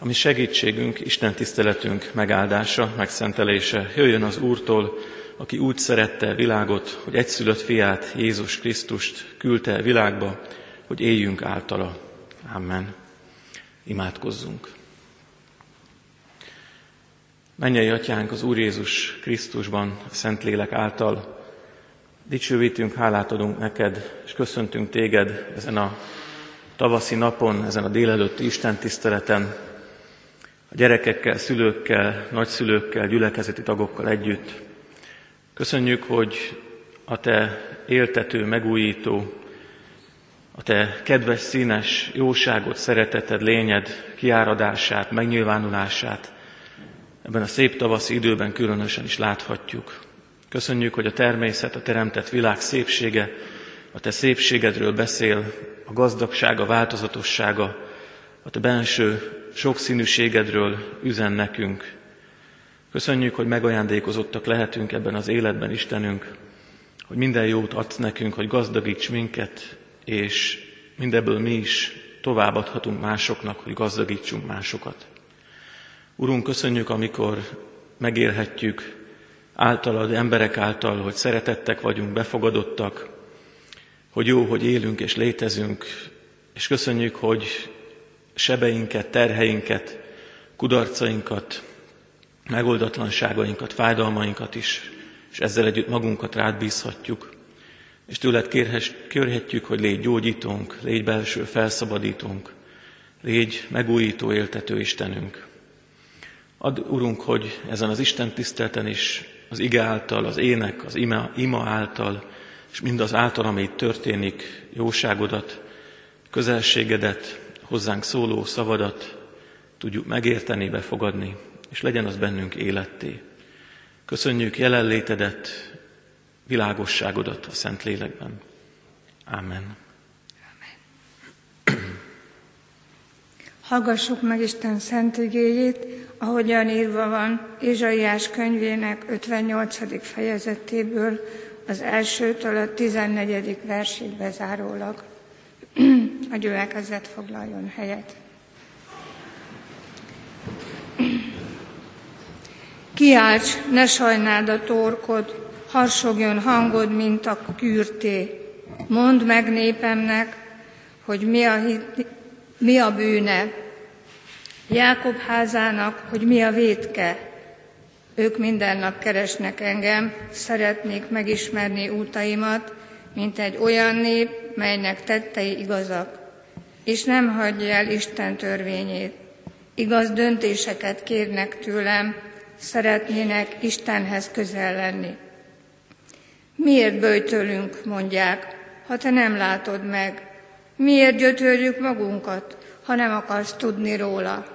ami segítségünk, Isten tiszteletünk megáldása, megszentelése jöjjön az Úrtól, aki úgy szerette a világot, hogy egyszülött fiát, Jézus Krisztust küldte a világba, hogy éljünk általa. Amen. Imádkozzunk. Mennyei Atyánk, az Úr Jézus Krisztusban, a Szentlélek által dicsőítünk, hálát adunk neked, és köszöntünk téged ezen a tavaszi napon, ezen a délelőtti istentiszteleten, a gyerekekkel, szülőkkel, nagyszülőkkel, gyülekezeti tagokkal együtt. Köszönjük, hogy a te éltető, megújító, a te kedves, színes jóságot, szereteted, lényed, kiáradását, megnyilvánulását ebben a szép tavaszi időben különösen is láthatjuk. Köszönjük, hogy a természet, a teremtett világ szépsége, a te szépségedről beszél, a gazdagsága, a változatossága, a te benső sokszínűségedről üzen nekünk. Köszönjük, hogy megajándékozottak lehetünk ebben az életben, Istenünk, hogy minden jót adsz nekünk, hogy gazdagíts minket, és mindebből mi is továbbadhatunk másoknak, hogy gazdagítsunk másokat. Urunk, köszönjük, amikor megélhetjük általad, emberek által, hogy szeretettek vagyunk, befogadottak, hogy jó, hogy élünk és létezünk, és köszönjük, hogy sebeinket, terheinket, kudarcainkat, megoldatlanságainkat, fájdalmainkat is, és ezzel együtt magunkat rád bízhatjuk, és tőled kérhetjük, hogy légy gyógyítónk, légy belső felszabadítónk, légy megújító, éltető Istenünk. Add, Urunk, hogy ezen az Isten tiszteleten is az ige által, az ének, az ima által, és mindaz által, ami itt történik, jóságodat, közelségedet, hozzánk szóló szavadat tudjuk megérteni, befogadni, és legyen az bennünk életté. Köszönjük jelenlétedet, világosságodat a Szentlélekben. Amen. Hallgassuk meg Isten szent igéjét, ahogyan írva van Ézsaiás könyvének 58. fejezetéből, az 1-től a 14. versig bezárólag. A gyülekezet foglaljon helyet. Kiálts, ne sajnáld a torkod, harsogjon hangod, mint a kürté. Mondd meg népemnek, hogy mi a bűne, Jákob házának, hogy mi a vétke. Ők minden nap keresnek engem, szeretnék megismerni útaimat, mint egy olyan nép, melynek tettei igazak, és nem hagyja el Isten törvényét. Igaz döntéseket kérnek tőlem, szeretnének Istenhez közel lenni. Miért böjtölünk, mondják, ha te nem látod meg? Miért gyötörjük magunkat, ha nem akarsz tudni róla?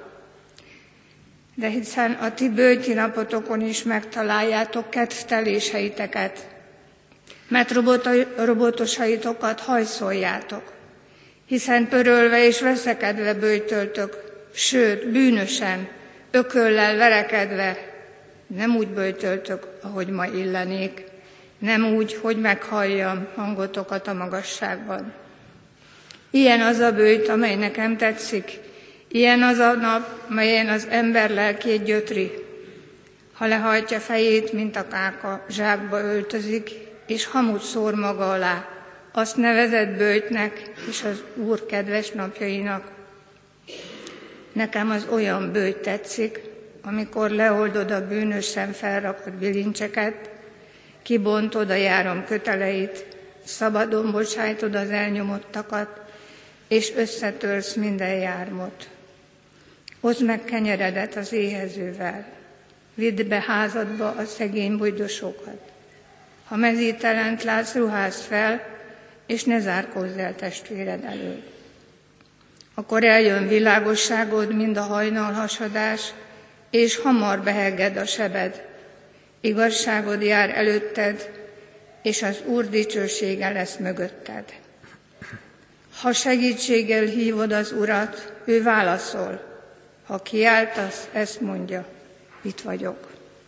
De hiszen a ti böjti napotokon is megtaláljátok kedvteléseiteket, mert robotosaitokat hajszoljátok, hiszen pörölve és veszekedve böjtöltök, sőt, bűnösen, ököllel verekedve, nem úgy böjtöltök, ahogy ma illenék, nem úgy, hogy meghalljam hangotokat a magasságban. Ilyen az a böjt, amely nekem tetszik, ilyen az a nap, melyen az ember lelkét gyötri. Ha lehajtja fejét, mint a káka, zsákba öltözik, és hamut szór maga alá, azt nevezett böjtnek és az Úr kedves napjainak. Nekem az olyan böjt tetszik, amikor leoldod a bűnösen felrakott bilincseket, kibontod a járom köteleit, szabadon bocsájtod az elnyomottakat, és összetörsz minden jármot. Hozd meg kenyeredet az éhezővel, vidd be házadba a szegény bujdosókat. Ha mezítelent látsz, ruházd fel, és ne zárkózz el testvéred elől. Akkor eljön világosságod, mind a hajnalhasadás, és hamar beheged a sebed. Igazságod jár előtted, és az Úr dicsősége lesz mögötted. Ha segítséggel hívod az Urat, ő válaszol. Ha kiáltasz, ezt mondja, itt vagyok.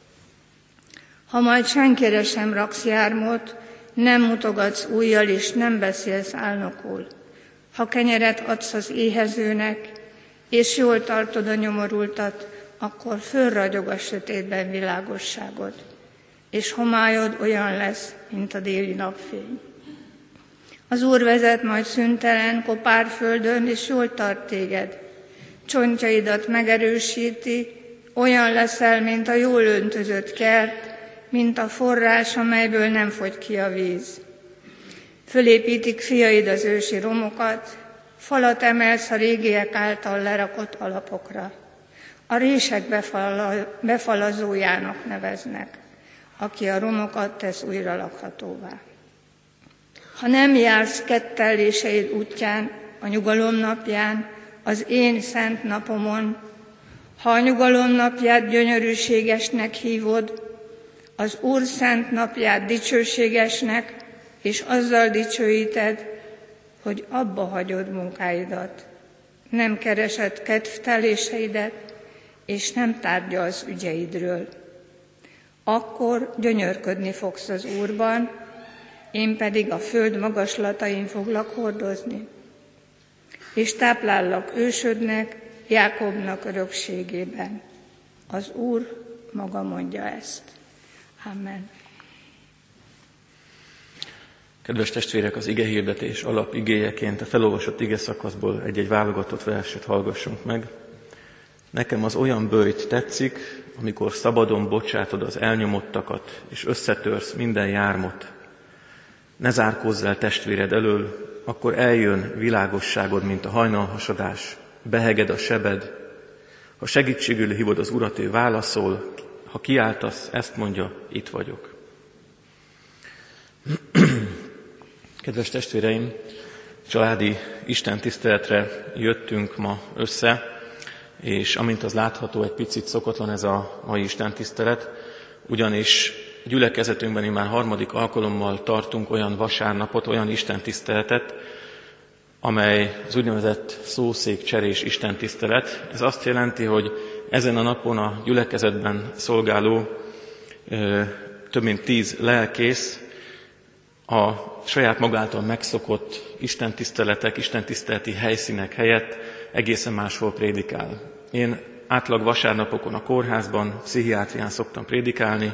Ha majd senkire sem raksz jármot, nem mutogatsz ujjal és nem beszélsz álnokul. Ha kenyeret adsz az éhezőnek, és jól tartod a nyomorultat, akkor fölragyog a sötétben világosságod, és homályod olyan lesz, mint a déli napfény. Az Úr vezet majd szüntelen, kopár földön, és jól tart téged. Csontjaidat megerősíti, olyan leszel, mint a jól öntözött kert, mint a forrás, amelyből nem fogy ki a víz. Fölépítik fiaid az ősi romokat, falat emelsz a régiek által lerakott alapokra. A rések befalazójának neveznek, aki a romokat tesz újra lakhatóvá. Ha nem jársz kettelléseid útján, a nyugalom napján, az én szent napomon, ha a nyugalom napját gyönyörűségesnek hívod, az Úr szent napját dicsőségesnek, és azzal dicsőíted, hogy abba hagyod munkáidat, nem keresed kedvteléseidet, és nem tárgyalsz ügyeidről. Akkor gyönyörködni fogsz az Úrban, én pedig a föld magaslatain foglak hordozni, és táplállak ősödnek, Jákobnak örökségében. Az Úr maga mondja ezt. Amen. Kedves testvérek, az igehirdetés alapigéjeként a felolvasott igeszakaszból egy-egy válogatott verset hallgassunk meg. Nekem az olyan böjt tetszik, amikor szabadon bocsátod az elnyomottakat, és összetörsz minden jármot. Ne zárkózz el testvéred elől, akkor eljön világosságod, mint a hajnalhasadás, beheged a sebed. Ha segítségül hívod az Urat, ő válaszol, ha kiáltasz, ezt mondja, itt vagyok. Kedves testvéreim, családi istentiszteletre jöttünk ma össze, és amint az látható, egy picit szokatlan ez a mai istentisztelet, ugyanis gyülekezetünkben már harmadik alkalommal tartunk olyan vasárnapot, olyan istentiszteletet, amely az úgynevezett szószékcserés istentisztelet. Ez azt jelenti, hogy ezen a napon a gyülekezetben szolgáló több mint 10 lelkész a saját magától megszokott istentiszteletek, istentiszteleti helyszínek helyett egészen máshol prédikál. Én átlag vasárnapokon a kórházban, pszichiátrián szoktam prédikálni.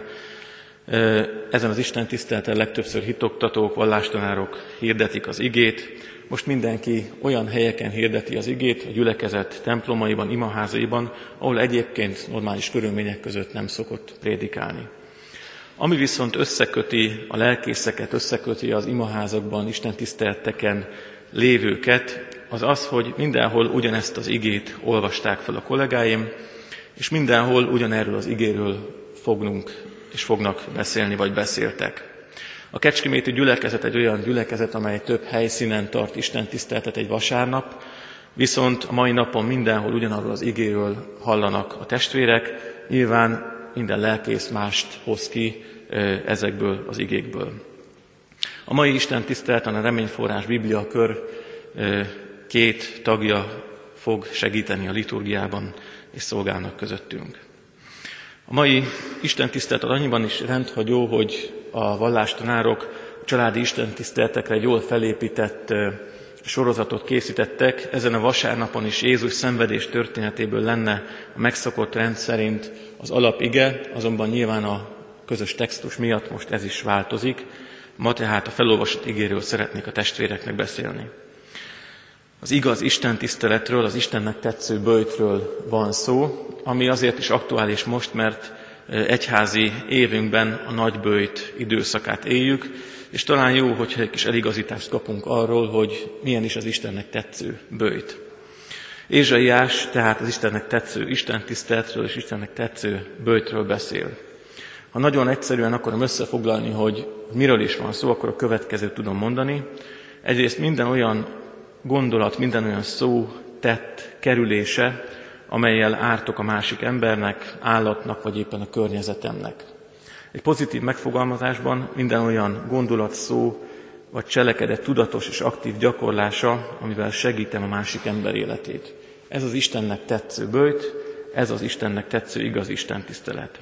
Ezen az istentiszteleten legtöbbször hitoktatók, vallástanárok hirdetik az igét. Most mindenki olyan helyeken hirdeti az igét, a gyülekezet templomaiban, imaházaiban, ahol egyébként normális körülmények között nem szokott prédikálni. Ami viszont összeköti a lelkészeket, összeköti az imaházakban, istentiszteleteken lévőket, az az, hogy mindenhol ugyanezt az igét olvasták fel a kollégáim, és mindenhol ugyanerről az igéről fognak beszélni, vagy beszéltek. A kecskeméti gyülekezet egy olyan gyülekezet, amely több helyszínen tart istentiszteletet egy vasárnap, viszont a mai napon mindenhol ugyanarról az igéről hallanak a testvérek, nyilván minden lelkész mást hoz ki ezekből az igékből. A mai istentiszteleten a Reményforrás Biblia kör 2 tagja fog segíteni a liturgiában, és szolgálnak közöttünk. A mai istentisztelet annyiban is rendhagyó, hogy a vallástanárok családi istentiszteletekre egy jól felépített sorozatot készítettek. Ezen a vasárnapon is Jézus szenvedés történetéből lenne a megszokott rend szerint az alapige, azonban nyilván a közös textus miatt most ez is változik. Ma tehát a felolvasott igéről szeretnék a testvéreknek beszélni. Az igaz istentiszteletről, az Istennek tetsző böjtről van szó, ami azért is aktuális most, mert egyházi évünkben a nagyböjt időszakát éljük, és talán jó, hogyha egy kis eligazítást kapunk arról, hogy milyen is az Istennek tetsző böjt. Ézsaiás tehát az Istennek tetsző istentiszteletről és Istennek tetsző böjtről beszél. Ha nagyon egyszerűen akarom összefoglalni, hogy miről is van szó, akkor a következőt tudom mondani. Egyrészt minden olyan gondolat, minden olyan szó, tett kerülése, amellyel ártok a másik embernek, állatnak, vagy éppen a környezetemnek. Egy pozitív megfogalmazásban minden olyan gondolat, szó, vagy cselekedet tudatos és aktív gyakorlása, amivel segítem a másik ember életét. Ez az Istennek tetsző böjt, ez az Istennek tetsző igaz istentisztelet.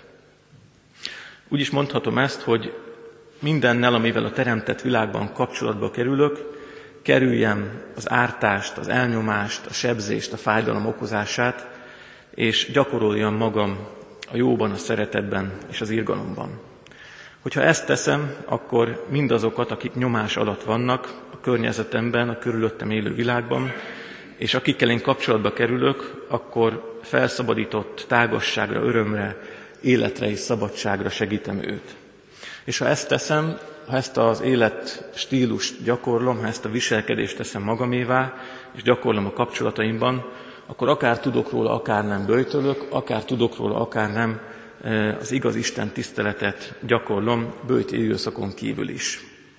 Úgy is mondhatom ezt, hogy mindennel, amivel a teremtett világban kapcsolatba kerülök, kerüljem az ártást, az elnyomást, a sebzést, a fájdalom okozását, és gyakoroljam magam a jóban, a szeretetben és az irgalomban. Hogyha ezt teszem, akkor mindazokat, akik nyomás alatt vannak a környezetemben, a körülöttem élő világban, és akikkel én kapcsolatba kerülök, akkor felszabadított tágasságra, örömre, életre és szabadságra segítem őt. És ha ezt teszem, ha ezt az életstílust gyakorlom, ha ezt a viselkedést teszem magamévá, és gyakorlom a kapcsolataimban, akkor akár tudok róla, akár nem böjtölök, akár tudok róla, akár nem, az igaz Isten tiszteletet gyakorlom böjti időszakon kívül is.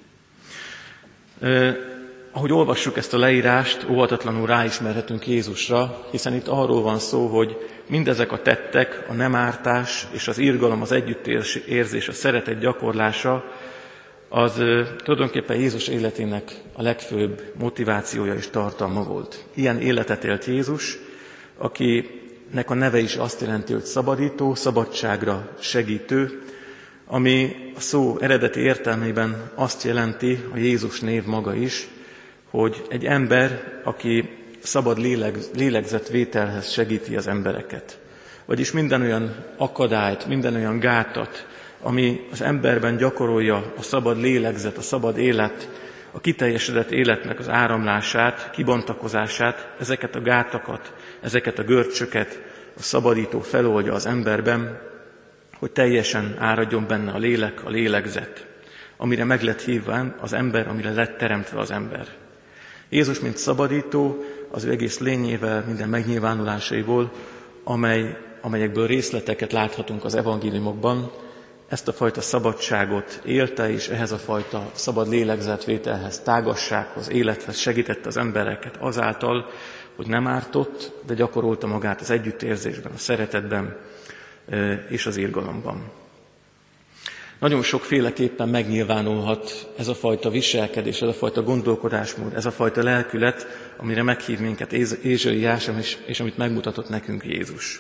Ahogy olvassuk ezt a leírást, óvatatlanul ráismerhetünk Jézusra, hiszen itt arról van szó, hogy mindezek a tettek, a nem ártás és az irgalom, az együttérzés, a szeretet gyakorlása, az tulajdonképpen Jézus életének a legfőbb motivációja és tartalma volt. Ilyen életet élt Jézus, akinek a neve is azt jelenti, hogy szabadító, szabadságra segítő, ami a szó eredeti értelmében azt jelenti, a Jézus név maga is, hogy egy ember, aki szabad lélegzetvételhez segíti az embereket. Vagyis minden olyan akadályt, minden olyan gátat, ami az emberben gyakorolja a szabad lélegzet, a szabad élet, a kiteljesedett életnek az áramlását, kibontakozását, ezeket a gátakat, ezeket a görcsöket a szabadító feloldja az emberben, hogy teljesen áradjon benne a lélek, a lélegzet, amire meg lett hívva az ember, amire lett teremtve az ember. Jézus, mint szabadító, az ő egész lényével, minden megnyilvánulásaiból, amelyekből részleteket láthatunk az evangéliumokban, ezt a fajta szabadságot élte, és ehhez a fajta szabad lélegzetvételhez, tágassághoz, élethez segítette az embereket azáltal, hogy nem ártott, de gyakorolta magát az együttérzésben, a szeretetben és az irgalomban. Nagyon sokféleképpen megnyilvánulhat ez a fajta viselkedés, ez a fajta gondolkodásmód, ez a fajta lelkület, amire meghív minket Ézsaiás, és amit megmutatott nekünk Jézus.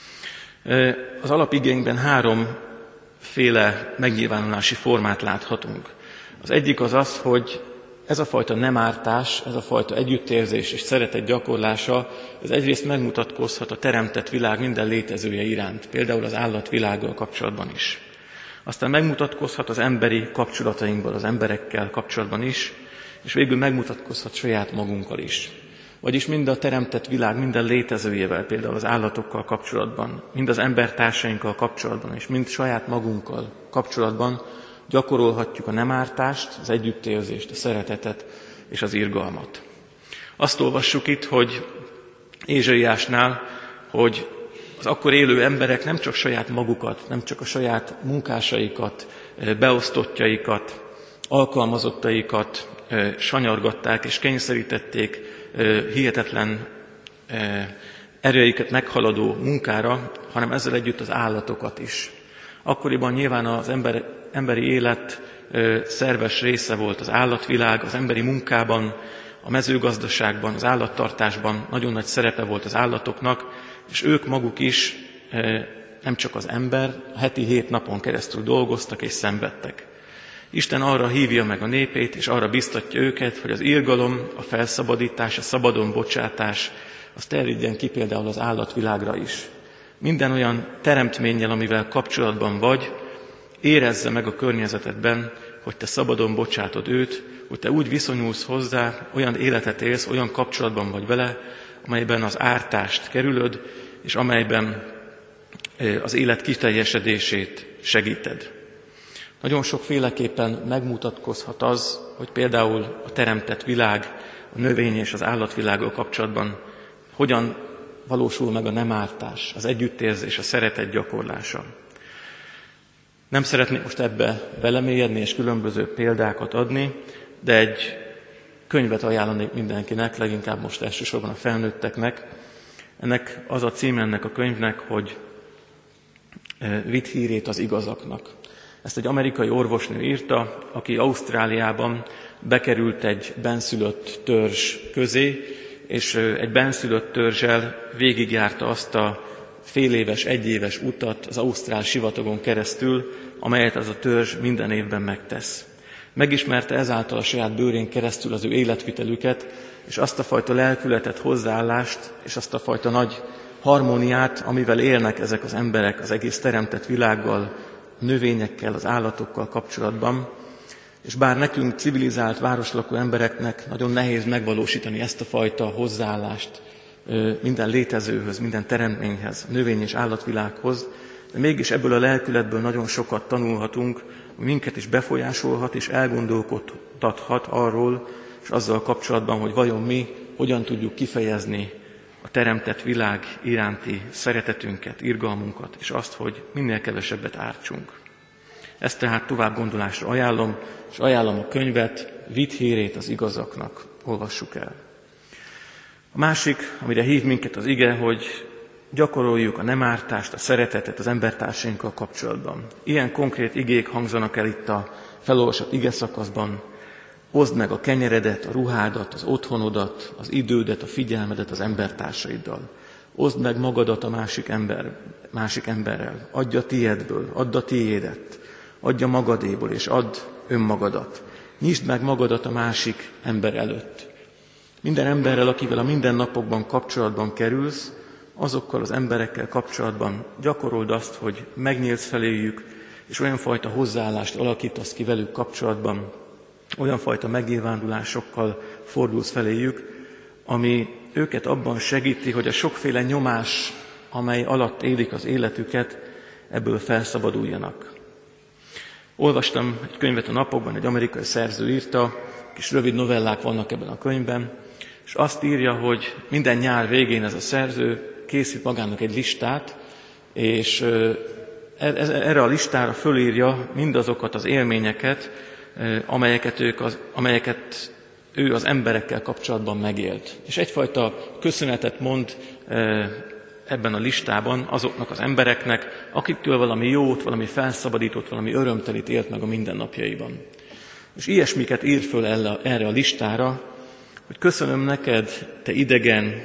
Az alapigényben 3 féle megnyilvánulási formát láthatunk. Az egyik az az, hogy ez a fajta nem ártás, ez a fajta együttérzés és szeretet gyakorlása, ez egyrészt megmutatkozhat a teremtett világ minden létezője iránt, például az állatvilággal kapcsolatban is. Aztán megmutatkozhat az emberi kapcsolatainkban, az emberekkel kapcsolatban is, és végül megmutatkozhat saját magunkkal is. Vagyis mind a teremtett világ minden létezőjével, például az állatokkal kapcsolatban, mind az embertársainkkal kapcsolatban, és mind saját magunkkal kapcsolatban gyakorolhatjuk a nem ártást, az együttérzést, a szeretetet és az irgalmat. Azt olvassuk itt, hogy Ézsaiásnál, hogy az akkor élő emberek nem csak saját magukat, nem csak a saját munkásaikat, beosztottjaikat, alkalmazottaikat sanyargatták és kényszerítették hihetetlen erőiket meghaladó munkára, hanem ezzel együtt az állatokat is. Akkoriban nyilván az emberi élet szerves része volt az állatvilág, az emberi munkában, a mezőgazdaságban, az állattartásban nagyon nagy szerepe volt az állatoknak, és ők maguk is, nem csak az ember, heti 7 napon keresztül dolgoztak és szenvedtek. Isten arra hívja meg a népét, és arra biztatja őket, hogy az irgalom, a felszabadítás, a szabadon bocsátás, az terjedjen ki például az állatvilágra is. Minden olyan teremtménnyel, amivel kapcsolatban vagy, érezze meg a környezetedben, hogy te szabadon bocsátod őt, hogy te úgy viszonyulsz hozzá, olyan életet élsz, olyan kapcsolatban vagy vele, amelyben az ártást kerülöd, és amelyben az élet kiteljesedését segíted. Nagyon sokféleképpen megmutatkozhat az, hogy például a teremtett világ, a növény és az állatvilággal kapcsolatban hogyan valósul meg a nem ártás, az együttérzés, a szeretet gyakorlása. Nem szeretnék most ebbe belemélyedni és különböző példákat adni, de egy könyvet ajánlanék mindenkinek, leginkább most elsősorban a felnőtteknek. Ennek az a címe ennek a könyvnek, hogy Vidd hírét az igazaknak. Ezt egy amerikai orvosnő írta, aki Ausztráliában bekerült egy bennszülött törzs közé, és egy bennszülött törzsel végigjárta azt a féléves, egyéves utat az ausztrál sivatagon keresztül, amelyet az a törzs minden évben megtesz. Megismerte ezáltal a saját bőrén keresztül az ő életvitelüket, és azt a fajta lelkületet, hozzáállást, és azt a fajta nagy harmóniát, amivel élnek ezek az emberek az egész teremtett világgal, a növényekkel, az állatokkal kapcsolatban. És bár nekünk civilizált városlakó embereknek nagyon nehéz megvalósítani ezt a fajta hozzáállást minden létezőhöz, minden teremtményhez, növény- és állatvilághoz, de mégis ebből a lelkületből nagyon sokat tanulhatunk, minket is befolyásolhat és elgondolkodtathat arról, és azzal kapcsolatban, hogy vajon mi hogyan tudjuk kifejezni a teremtett világ iránti szeretetünket, irgalmunkat, és azt, hogy minél kevesebbet ártsunk. Ezt tehát tovább gondolásra ajánlom, és ajánlom a könyvet, Vidd hírét az igazaknak. Olvassuk el. A másik, amire hív minket az ige, hogy gyakoroljuk a nem ártást, a szeretetet az embertársainkkal kapcsolatban. Ilyen konkrét igék hangzanak el itt a felolvasott igeszakaszban. Hozd meg a kenyeredet, a ruhádat, az otthonodat, az idődet, a figyelmedet az embertársaiddal. Oszd meg magadat a másik emberrel. Adj a tiédből, add a tiédet. Adj a magadéból, és add önmagadat. Nyisd meg magadat a másik ember előtt. Minden emberrel, akivel a mindennapokban kapcsolatban kerülsz, azokkal az emberekkel kapcsolatban gyakorold azt, hogy megnyílsz feléjük, és olyan fajta hozzáállást alakítasz ki velük kapcsolatban, olyan fajta megnyilvánulásokkal fordulsz feléjük, ami őket abban segíti, hogy a sokféle nyomás, amely alatt élik az életüket, ebből felszabaduljanak. Olvastam egy könyvet a napokban, egy amerikai szerző írta, kis rövid novellák vannak ebben a könyvben, és azt írja, hogy minden nyár végén ez a szerző készít magának egy listát, és erre a listára fölírja mindazokat az élményeket, amelyeket ő az emberekkel kapcsolatban megélt. És egyfajta köszönetet mond ebben a listában azoknak az embereknek, akiktől valami jót, valami felszabadított, valami örömtelit élt meg a mindennapjaiban. És ilyesmiket ír föl erre a listára, hogy köszönöm neked, te idegen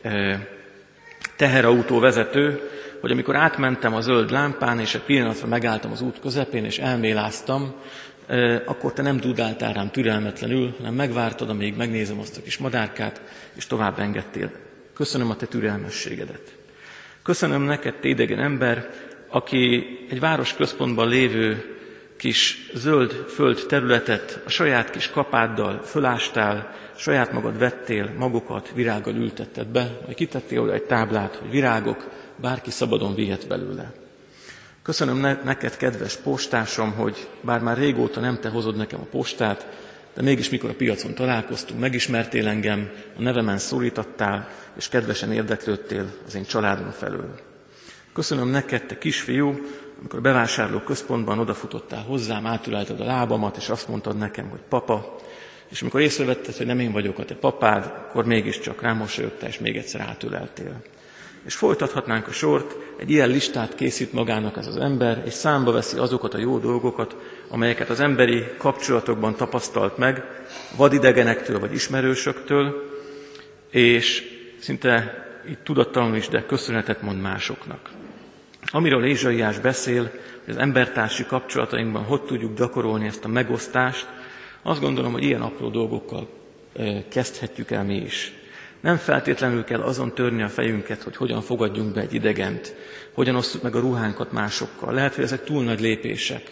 teherautó vezető, hogy amikor átmentem a zöld lámpán, és egy pillanatra megálltam az út közepén, és elméláztam, akkor te nem dudáltál rám türelmetlenül, hanem megvártad, amíg megnézem azt a kis madárkát, és tovább engedtél. Köszönöm a te türelmességedet. Köszönöm neked, te idegen ember, aki egy város központban lévő kis zöld föld területet a saját kis kapáddal fölástál, saját magad vettél magokat, virággal ültetted be, vagy kitettél oda egy táblát, hogy virágok, bárki szabadon vihet belőle. Köszönöm neked, kedves postásom, hogy bár már régóta nem te hozod nekem a postát, de mégis mikor a piacon találkoztunk, megismertél engem, a nevemen szólítottál, és kedvesen érdeklődtél az én családom felől. Köszönöm neked, te kisfiú, amikor a bevásárló központban odafutottál hozzám, átülelted a lábamat, és azt mondtad nekem, hogy papa, és amikor észrevetted, hogy nem én vagyok a te papád, akkor mégiscsak rám mosolyogtál, és még egyszer átüleltél. És folytathatnánk a sort, egy ilyen listát készít magának ez az ember, és számba veszi azokat a jó dolgokat, amelyeket az emberi kapcsolatokban tapasztalt meg, vadidegenektől vagy ismerősöktől, és szinte így tudattalanul is, de köszönetet mond másoknak. Amiről Ézsaiás beszél, hogy az embertársi kapcsolatainkban hogy tudjuk gyakorolni ezt a megosztást, azt gondolom, hogy ilyen apró dolgokkal kezdhetjük el mi is. Nem feltétlenül kell azon törni a fejünket, hogy hogyan fogadjunk be egy idegent, hogyan osztjuk meg a ruhánkat másokkal. Lehet, hogy ezek túl nagy lépések.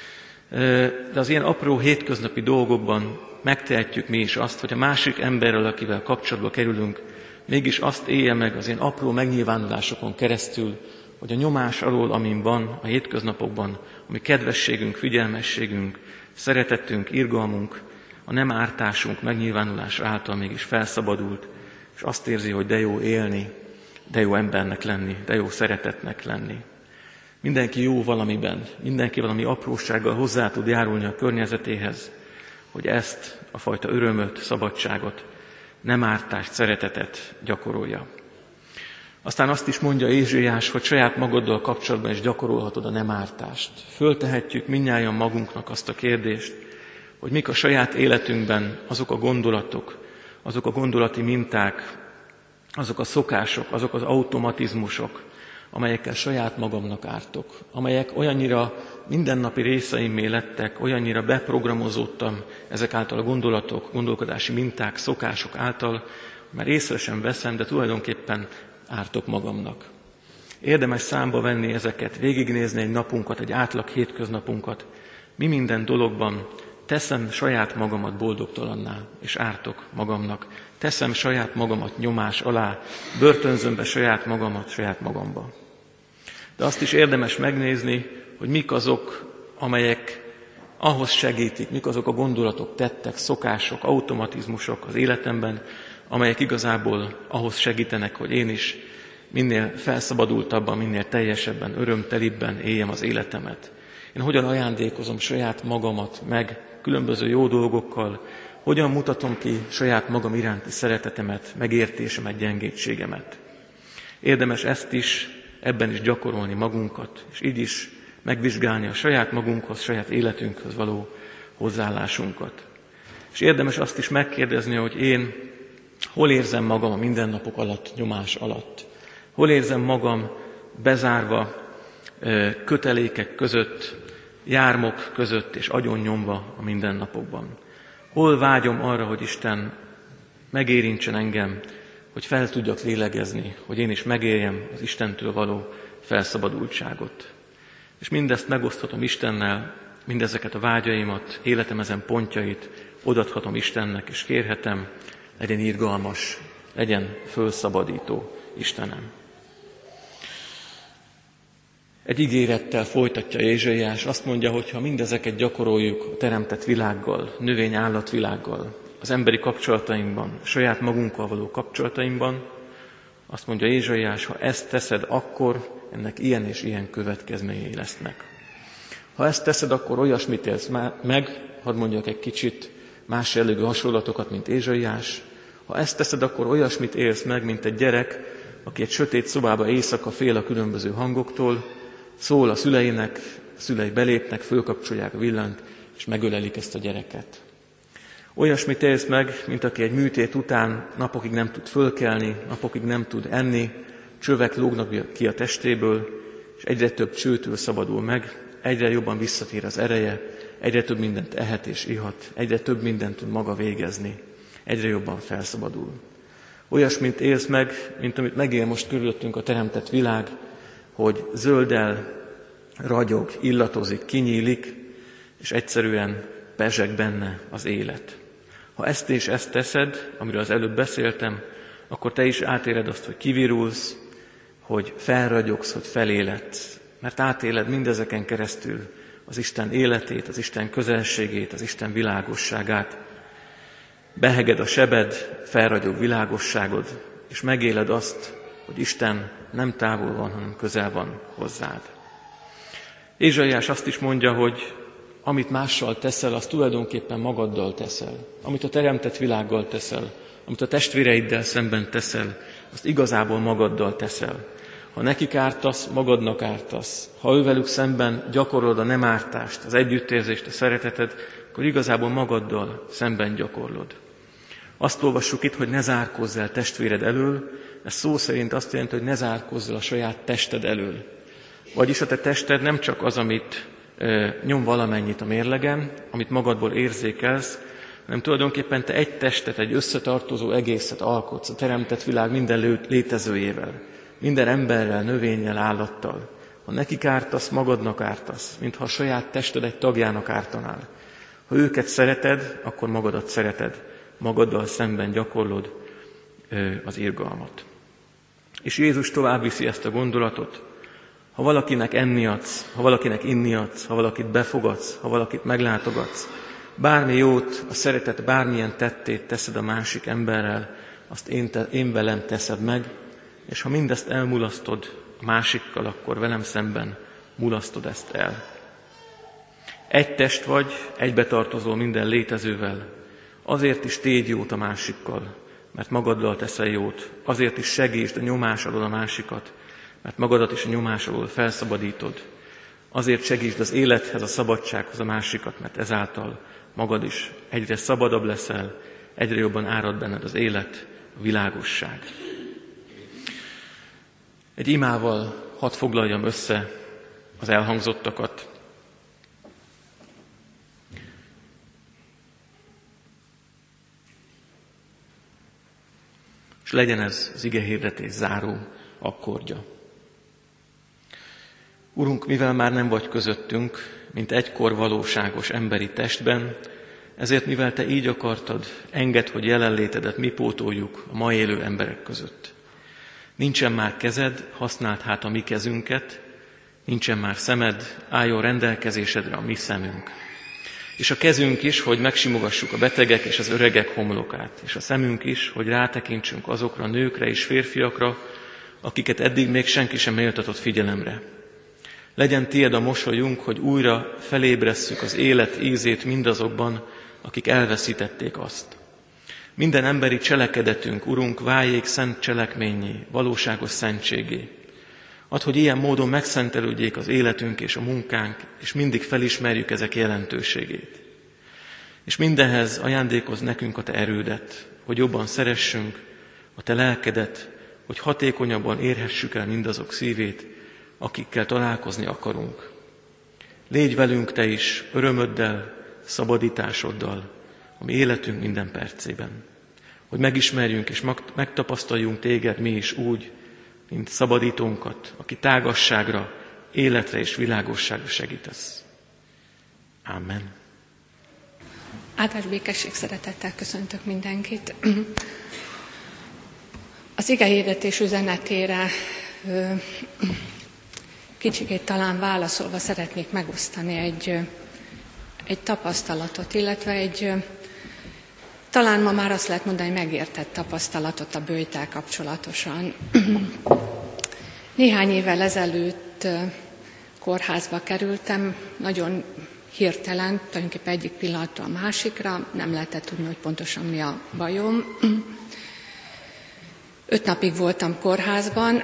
De az ilyen apró hétköznapi dolgokban megtehetjük mi is azt, hogy a másik emberrel, akivel kapcsolatba kerülünk, mégis azt élje meg az ilyen apró megnyilvánulásokon keresztül, hogy a nyomás alól, amin van a hétköznapokban, ami kedvességünk, figyelmességünk, szeretetünk, irgalmunk, a nem ártásunk megnyilvánulása által mégis felszabadult, és azt érzi, hogy de jó élni, de jó embernek lenni, de jó szeretetnek lenni. Mindenki jó valamiben, mindenki valami aprósággal hozzá tud járulni a környezetéhez, hogy ezt a fajta örömöt, szabadságot, nem ártást, szeretetet gyakorolja. Aztán azt is mondja Ézsaiás, hogy saját magaddal kapcsolatban is gyakorolhatod a nem ártást. Föltehetjük mindnyájan magunknak azt a kérdést, hogy mik a saját életünkben azok a gondolatok, azok a gondolati minták, azok a szokások, azok az automatizmusok, amelyekkel saját magamnak ártok, amelyek olyannyira mindennapi részeimmé lettek, olyannyira beprogramozódtam ezek által a gondolatok, gondolkodási minták, szokások által, mert észre sem veszem, de tulajdonképpen ártok magamnak. Érdemes számba venni ezeket, végignézni egy napunkat, egy átlag hétköznapunkat. Mi minden dologban teszem saját magamat boldogtalanná, és ártok magamnak. Teszem saját magamat nyomás alá, börtönzöm be saját magamat saját magamba. De azt is érdemes megnézni, hogy mik azok, amelyek ahhoz segítik, mik azok a gondolatok, tettek, szokások, automatizmusok az életemben, amelyek igazából ahhoz segítenek, hogy én is minél felszabadultabban, minél teljesebben, örömtelibben éljem az életemet. Én hogyan ajándékozom saját magamat meg különböző jó dolgokkal, hogyan mutatom ki saját magam iránti szeretetemet, megértésemet, gyengétségemet. Érdemes ezt is, ebben is gyakorolni magunkat, és így is megvizsgálni a saját magunkhoz, saját életünkhöz való hozzáállásunkat. És érdemes azt is megkérdezni, hogy én hol érzem magam a mindennapok alatt, nyomás alatt. Hol érzem magam bezárva, kötelékek között, jármok között és agyonnyomva a mindennapokban. Hol vágyom arra, hogy Isten megérintsen engem, hogy fel tudjak lélegezni, hogy én is megérjem az Istentől való felszabadultságot. És mindezt megoszthatom Istennel, mindezeket a vágyaimat, életem ezen pontjait odaadhatom Istennek, és kérhetem, legyen irgalmas, legyen fölszabadító Istenem. Egy ígérettel folytatja Ézsaiás, azt mondja, hogy ha mindezeket gyakoroljuk a teremtett világgal, növény-állatvilággal, az emberi kapcsolatainkban, saját magunkkal való kapcsolatainkban, azt mondja Ézsaiás, ha ezt teszed, akkor ennek ilyen és ilyen következményei lesznek. Ha ezt teszed, akkor olyasmit élsz meg, hadd mondjak egy kicsit más jellegű hasonlatokat, mint Ézsaiás. Ha ezt teszed, akkor olyasmit élsz meg, mint egy gyerek, aki egy sötét szobába éjszaka fél a különböző hangoktól, szól a szüleinek, a szülei belépnek, fölkapcsolják a villanyt, és megölelik ezt a gyereket. Olyasmit élsz meg, mint aki egy műtét után napokig nem tud fölkelni, napokig nem tud enni, csövek lógnak ki a testéből, és egyre több csőtől szabadul meg, egyre jobban visszatér az ereje, egyre több mindent ehet és ihat, egyre több mindent tud maga végezni, egyre jobban felszabadul. Olyasmit élsz meg, mint amit megél most körülöttünk a teremtett világ, hogy zöldel, ragyog, illatozik, kinyílik, és egyszerűen pezseg benne az élet. Ha ezt és ezt teszed, amiről az előbb beszéltem, akkor te is átéled azt, hogy kivirulsz, hogy felragyogsz, hogy feléledsz, mert átéled mindezeken keresztül az Isten életét, az Isten közelségét, az Isten világosságát. Beheged a sebed, felragyog világosságod, és megéled azt, hogy Isten nem távol van, hanem közel van hozzád. Ézsaiás azt is mondja, hogy amit mással teszel, azt tulajdonképpen magaddal teszel. Amit a teremtett világgal teszel, amit a testvéreiddel szemben teszel, azt igazából magaddal teszel. Ha nekik ártasz, magadnak ártasz. Ha ővelük szemben gyakorolod a nem ártást, az együttérzést, a szereteted, akkor igazából magaddal szemben gyakorlod. Azt olvassuk itt, hogy ne zárkózz el testvéred elől, ez szó szerint azt jelenti, hogy ne zárkózz el a saját tested elől. Vagyis a te tested nem csak az, amit nyom valamennyit a mérlegen, amit magadból érzékelsz, hanem tulajdonképpen te egy testet, egy összetartozó egészet alkotsz a teremtett világ minden létezőjével, minden emberrel, növényel, állattal. Ha nekik ártasz, magadnak ártasz, mintha a saját tested egy tagjának ártanál. Ha őket szereted, akkor magadat szereted, magaddal szemben gyakorlod az irgalmat. És Jézus tovább viszi ezt a gondolatot. Ha valakinek enni adsz, ha valakinek inni adsz, ha valakit befogadsz, ha valakit meglátogatsz, bármi jót, a szeretet bármilyen tettét teszed a másik emberrel, azt én velem teszed meg, és ha mindezt elmulasztod a másikkal, akkor velem szemben mulasztod ezt el. Egy test vagy, egybetartozol minden létezővel, azért is tégy jót a másikkal, mert magaddal teszel jót, azért is segítsd a nyomás alól a másikat, mert magadat is a nyomás alól felszabadítod. Azért segítsd az élethez, a szabadsághoz a másikat, mert ezáltal magad is egyre szabadabb leszel, egyre jobban árad benned az élet, a világosság. Egy imával hadd foglaljam össze az elhangzottakat. És legyen ez az igehirdetés záró akkordja. Urunk, mivel már nem vagy közöttünk, mint egykor valóságos emberi testben, ezért mivel Te így akartad, engedd, hogy jelenlétedet mi pótoljuk a ma élő emberek között. Nincsen már kezed, használd hát a mi kezünket, nincsen már szemed, álljon rendelkezésedre a mi szemünk. És a kezünk is, hogy megsimogassuk a betegek és az öregek homlokát, és a szemünk is, hogy rátekintsünk azokra a nőkre és férfiakra, akiket eddig még senki sem méltatott figyelemre. Legyen tied a mosolyunk, hogy újra felébresszük az élet ízét mindazokban, akik elveszítették azt. Minden emberi cselekedetünk, Urunk, váljék szent cselekménnyé, valóságos szentségé. Add, hogy ilyen módon megszentelődjék az életünk és a munkánk, és mindig felismerjük ezek jelentőségét. És mindenhez ajándékozz nekünk a Te erődet, hogy jobban szeressünk, a Te lelkedet, hogy hatékonyabban érhessük el mindazok szívét, akikkel találkozni akarunk. Légy velünk Te is, örömöddel, szabadításoddal, a mi életünk minden percében. Hogy megismerjünk és megtapasztaljunk Téged mi is úgy, mint szabadítónkat, aki tágasságra, életre és világosságra segítesz. Amen. Áldás békesség, szeretettel köszöntök mindenkit. Az igehirdetés üzenetére kicsikét talán válaszolva szeretnék megosztani egy tapasztalatot, illetve talán ma már azt lehet mondani, megértett tapasztalatot a böjttel kapcsolatosan. Néhány évvel ezelőtt kórházba kerültem, nagyon hirtelen, tulajdonképpen egyik pillanatról a másikra, nem lehetett tudni, hogy pontosan mi a bajom. 5 napig voltam kórházban,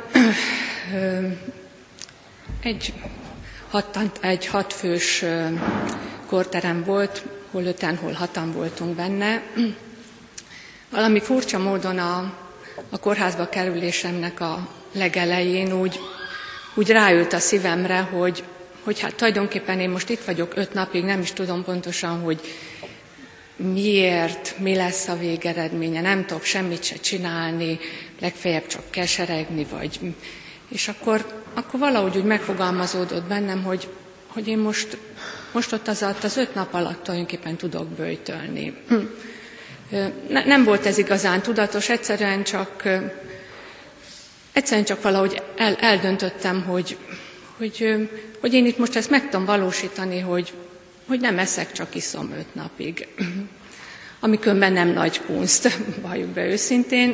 egy 6 fős kórterem volt, hol 5-en, hol 6-an voltunk benne. Valami furcsa módon a kórházba kerülésemnek a legelején úgy ráült a szívemre, hogy hát tulajdonképpen én most itt vagyok 5 napig, nem is tudom pontosan, hogy miért, mi lesz a végeredménye, nem tudok semmit se csinálni, legfeljebb csak keseregni, és akkor valahogy úgy megfogalmazódott bennem, hogy én most ott az 5 nap alatt tulajdonképpen tudok böjtölni. Nem volt ez igazán tudatos, egyszerűen csak valahogy eldöntöttem, hogy én itt most ezt meg tudom valósítani, hogy nem eszek, csak iszom 5 napig. Ami különben nem nagy kunst, valljuk be őszintén.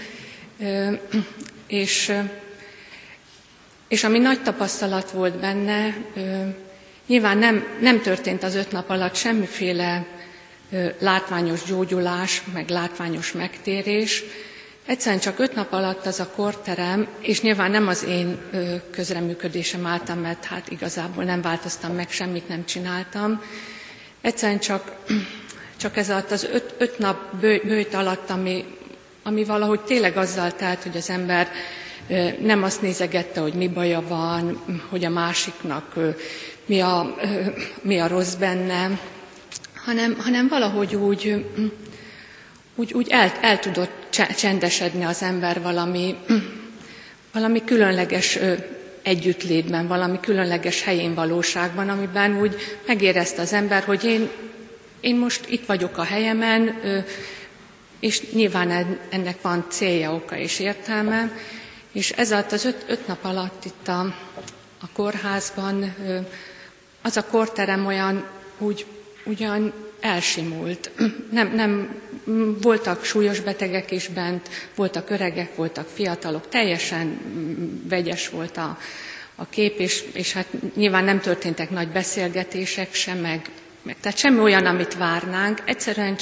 És ami nagy tapasztalat volt benne, nyilván nem történt az 5 nap alatt semmiféle látványos gyógyulás, meg látványos megtérés. Egyszerűen csak 5 nap alatt az a kórterem, és nyilván nem az én közreműködésem által, mert hát igazából nem változtam meg, semmit nem csináltam. Egyszerűen csak ez alatt az 5 nap böjt alatt, ami valahogy tényleg azzal telt, hogy az ember nem azt nézegette, hogy mi baja van, hogy a másiknak mi a rossz benne, hanem valahogy úgy el tudott csendesedni az ember valami különleges együttlétben, valami különleges helyén valóságban, amiben úgy megérezte az ember, hogy én most itt vagyok a helyemen, és nyilván ennek van célja, oka és értelme, és ez alatt az 5 nap alatt itt a kórházban az a kórterem ugyan elsimult. Nem voltak súlyos betegek is bent, voltak öregek, voltak fiatalok, teljesen vegyes volt a kép, és hát nyilván nem történtek nagy beszélgetések sem, meg tehát semmi olyan, amit várnánk, egyszerűen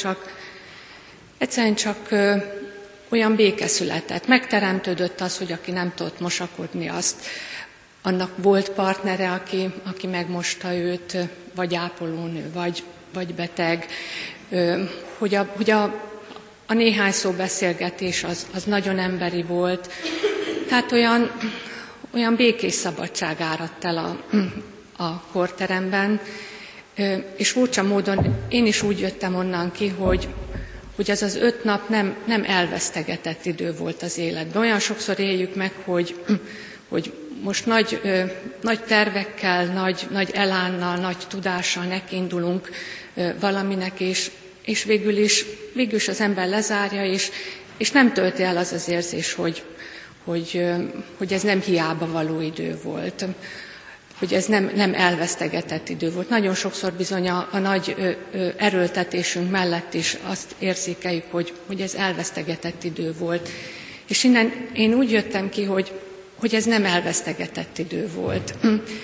csak olyan béke született. Megteremtődött az, hogy aki nem tudott mosakodni, annak volt partnere, aki megmosta őt, vagy ápolónő, vagy beteg, hogy a néhány szó beszélgetés az nagyon emberi volt. Tehát olyan békés szabadság áradt el a korteremben, és furcsa módon én is úgy jöttem onnan ki, hogy ez az 5 nap nem elvesztegetett idő volt az életben. Olyan sokszor éljük meg, hogy most nagy tervekkel, nagy elánnal, nagy tudással nekiindulunk valaminek, és végül is az ember lezárja, és nem tölti el az érzés, hogy ez nem hiába való idő volt, hogy ez nem elvesztegetett idő volt. Nagyon sokszor bizony a nagy erőltetésünk mellett is azt érzékeljük, hogy ez elvesztegetett idő volt. És innen én úgy jöttem ki, hogy ez nem elvesztegetett idő volt.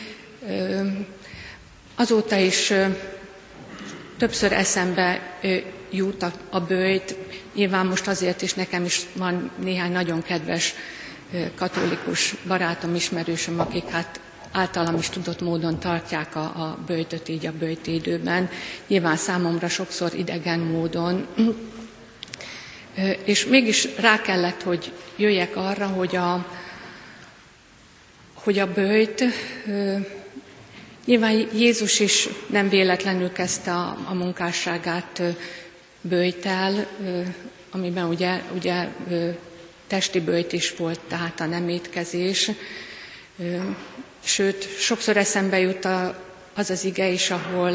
Azóta is többször eszembe jut a böjt, nyilván most azért is nekem is van néhány nagyon kedves katolikus barátom, ismerősöm, akik hát általam is tudott módon tartják a böjtöt így a böjti időben, nyilván számomra sokszor idegen módon. És mégis rá kellett, hogy jöjjek arra, hogy a böjt, nyilván Jézus is nem véletlenül kezdte a munkásságát böjttel, amiben ugye testi böjt is volt, tehát a nem étkezés. Sőt, sokszor eszembe jut az az ige is,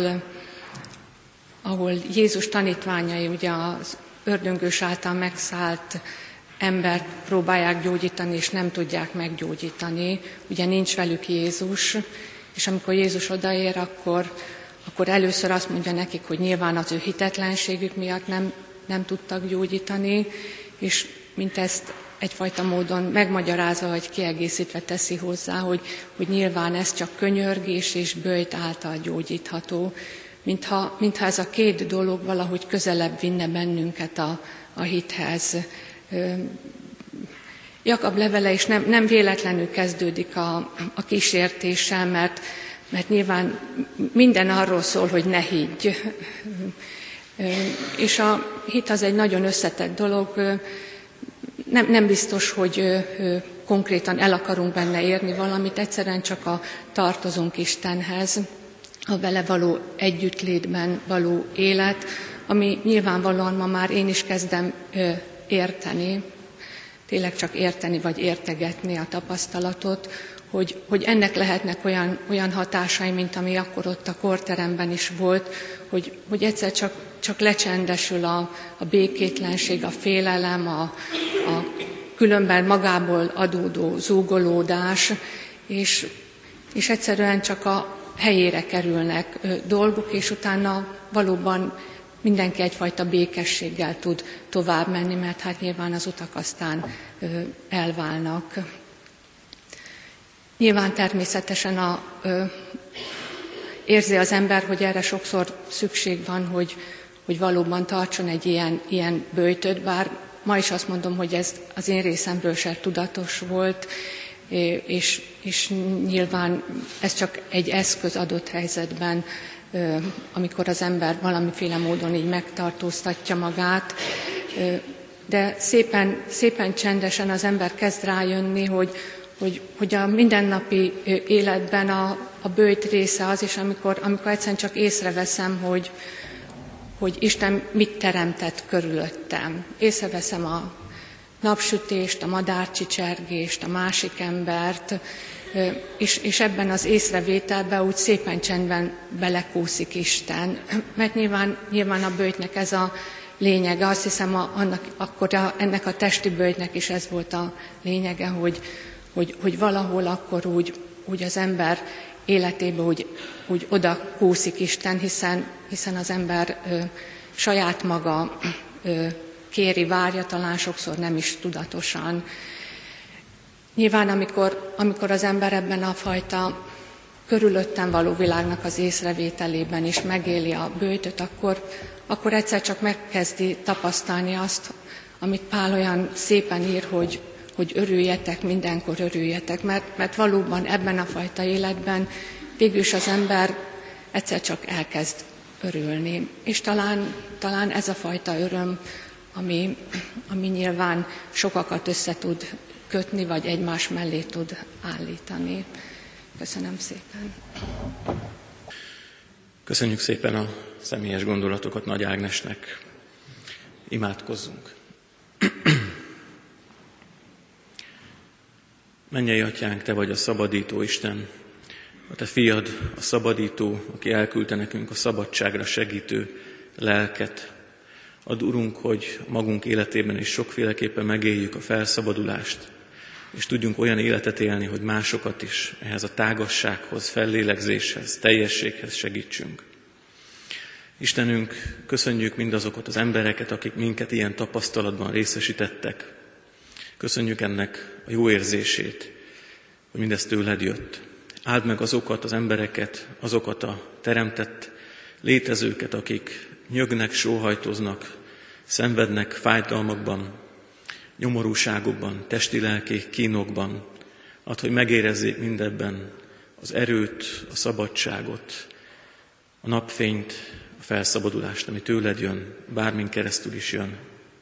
ahol Jézus tanítványai ugye az ördöngős által megszállt embert próbálják gyógyítani, és nem tudják meggyógyítani. Ugye nincs velük Jézus, és amikor Jézus odaér, akkor először azt mondja nekik, hogy nyilván az ő hitetlenségük miatt nem tudtak gyógyítani, és mint ezt egyfajta módon megmagyarázva, vagy kiegészítve teszi hozzá, hogy nyilván ez csak könyörgés és böjt által gyógyítható, mintha ez a 2 dolog valahogy közelebb vinne bennünket a hithez. Jakab levele is nem véletlenül kezdődik a kísértéssel, mert nyilván minden arról szól, hogy ne higgy. És a hit az egy nagyon összetett dolog, nem biztos, hogy konkrétan el akarunk benne érni valamit, egyszerűen csak tartozunk Istenhez, a vele való együttlétben való élet, ami nyilvánvalóan ma már én is kezdem érteni, tényleg csak érteni vagy értegetni a tapasztalatot, hogy ennek lehetnek olyan hatásai, mint ami akkor ott a korteremben is volt, hogy egyszer csak lecsendesül a békétlenség, a félelem, a különben magából adódó zúgolódás, és egyszerűen csak a helyére kerülnek dolgok, és utána valóban mindenki egyfajta békességgel tud tovább menni, mert hát nyilván az utak aztán elválnak. Nyilván természetesen érzi az ember, hogy erre sokszor szükség van, hogy valóban tartson egy ilyen böjtöt, bár ma is azt mondom, hogy ez az én részemről sem tudatos volt, és nyilván ez csak egy eszköz adott helyzetben, amikor az ember valamiféle módon így megtartóztatja magát, de szépen csendesen az ember kezd rájönni, hogy a mindennapi életben a böjt része az is, amikor egyszerűen csak észreveszem, hogy Isten mit teremtett körülöttem. Észreveszem a napsütést, a madárcsicsergést, a másik embert, és ebben az észrevételben úgy szépen csendben belekúszik Isten. Mert nyilván a böjtnek ez a lényege, azt hiszem ennek a testi böjtnek is ez volt a lényege, hogy valahol akkor úgy az ember életébe úgy oda kúszik Isten, hiszen az ember saját maga kéri, várja, talán sokszor nem is tudatosan. Nyilván, amikor az ember ebben a fajta körülöttem való világnak az észrevételében is megéli a böjtöt, akkor egyszer csak megkezdi tapasztalni azt, amit Pál olyan szépen ír, hogy örüljetek, mindenkor örüljetek, mert valóban ebben a fajta életben végülis az ember egyszer csak elkezd örülni. És talán ez a fajta öröm, ami nyilván sokakat össze tud kötni, vagy egymás mellé tud állítani. Köszönöm szépen. Köszönjük szépen a személyes gondolatokat Nagy Ágnesnek. Imádkozzunk. Mennyei Atyánk, Te vagy a szabadító Isten, a Te fiad, a szabadító, aki elküldte nekünk a szabadságra segítő lelket. Add, Urunk, hogy magunk életében is sokféleképpen megéljük a felszabadulást, és tudjunk olyan életet élni, hogy másokat is ehhez a tágassághoz, fellélegzéshez, teljességhez segítsünk. Istenünk, köszönjük mindazokat az embereket, akik minket ilyen tapasztalatban részesítettek. Köszönjük ennek a jó érzését, hogy mindez tőled jött. Áld meg azokat az embereket, azokat a teremtett létezőket, akik nyögnek, sóhajtoznak, szenvednek fájdalmakban, nyomorúságokban, testi-lelki kínokban. Add, hogy megérezzék mindebben az erőt, a szabadságot, a napfényt, a felszabadulást, ami tőled jön, bármin keresztül is jön.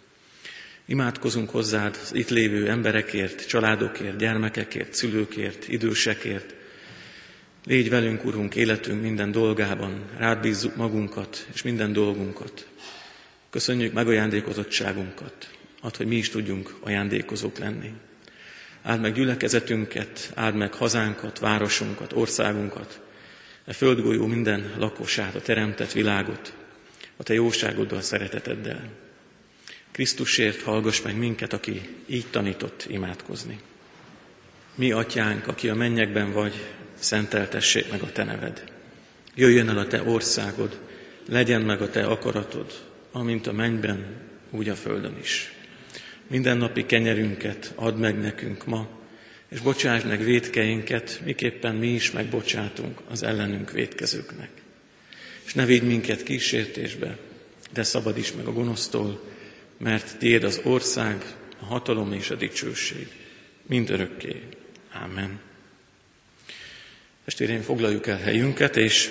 Imádkozunk hozzád az itt lévő emberekért, családokért, gyermekekért, szülőkért, idősekért. Légy velünk, Urunk, életünk minden dolgában, rád bízzuk magunkat és minden dolgunkat. Köszönjük megajándékozottságunkat, add, hogy mi is tudjunk ajándékozók lenni. Áld meg gyülekezetünket, áld meg hazánkat, városunkat, országunkat, a földgolyó minden lakosát, a teremtett világot, a Te jóságoddal, szereteteddel. Krisztusért hallgass meg minket, aki így tanított imádkozni. Mi, Atyánk, aki a mennyekben vagy, szenteltessék meg a Te neved. Jöjjön el a Te országod, legyen meg a Te akaratod, amint a mennyben, úgy a földön is. Mindennapi kenyerünket add meg nekünk ma, és bocsáss meg vétkeinket, miképpen mi is megbocsátunk az ellenünk vétkezőknek. És ne vigy minket kísértésbe, de szabadíts meg a gonosztól, mert Tiéd az ország, a hatalom és a dicsőség, mindörökké. Ámen. Testvéreim, foglaljuk el helyünket, és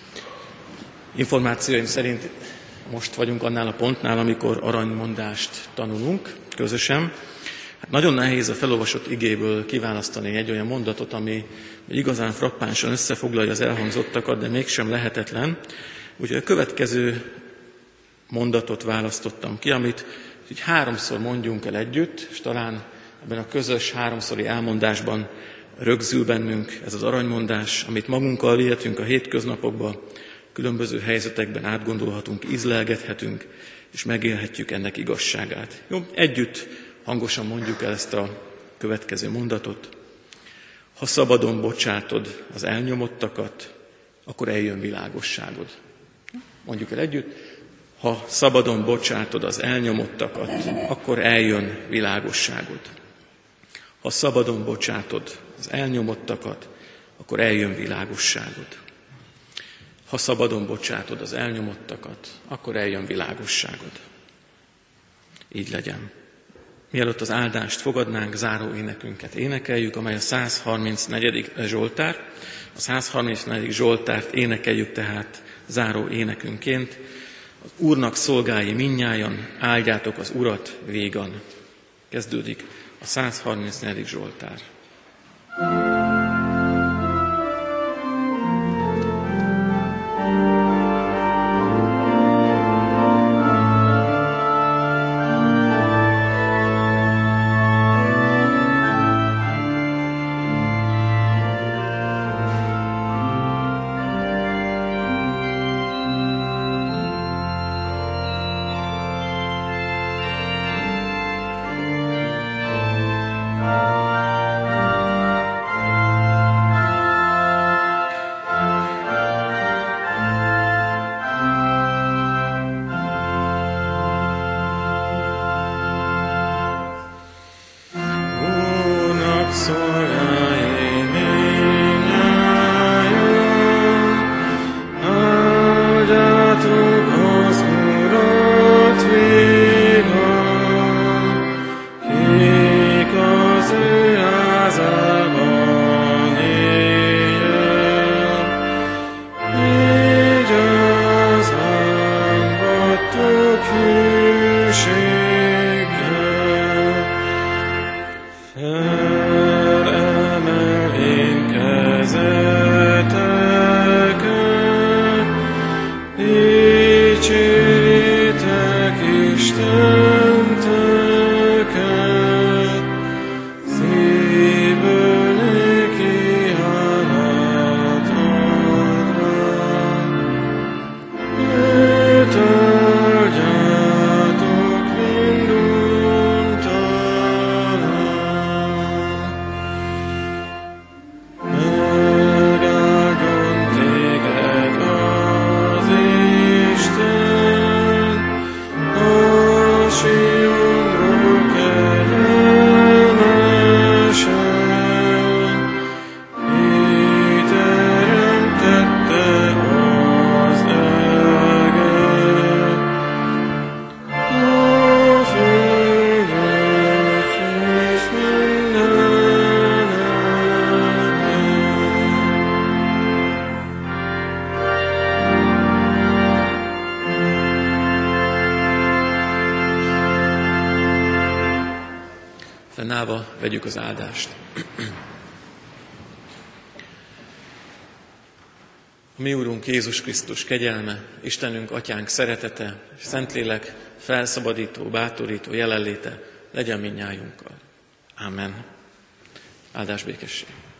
információim szerint most vagyunk annál a pontnál, amikor aranymondást tanulunk közösen. Hát nagyon nehéz a felolvasott igéből kiválasztani egy olyan mondatot, ami igazán frappánsan összefoglalja az elhangzottakat, de mégsem lehetetlen. Úgyhogy a következő mondatot választottam ki, amit így 3-szor mondjunk el együtt, és talán ebben a közös 3-szori elmondásban rögzül bennünk ez az aranymondás, amit magunkkal vihetünk a hétköznapokba, különböző helyzetekben átgondolhatunk, ízlelgethetünk, és megélhetjük ennek igazságát. Jó, együtt hangosan mondjuk el ezt a következő mondatot. Ha szabadon bocsátod az elnyomottakat, akkor eljön világosságod. Mondjuk el együtt. Ha szabadon bocsátod az elnyomottakat, akkor eljön világosságod. Ha szabadon bocsátod az elnyomottakat, akkor eljön világosságod. Ha szabadon bocsátod az elnyomottakat, akkor eljön világosságod. Így legyen. Mielőtt az áldást fogadnánk, záró énekünket énekeljük, amely a 134. Zsoltár. A 134. Zsoltárt énekeljük tehát záró énekünként. Az Úrnak szolgái mindnyájan, áldjátok az Urat vígan. Kezdődik a 134. Zsoltár. Fennállva vegyük az áldást. A mi Úrunk Jézus Krisztus kegyelme, Istenünk, Atyánk szeretete, és Szentlélek felszabadító, bátorító jelenléte legyen mindnyájunkkal. Amen. Áldás békesség.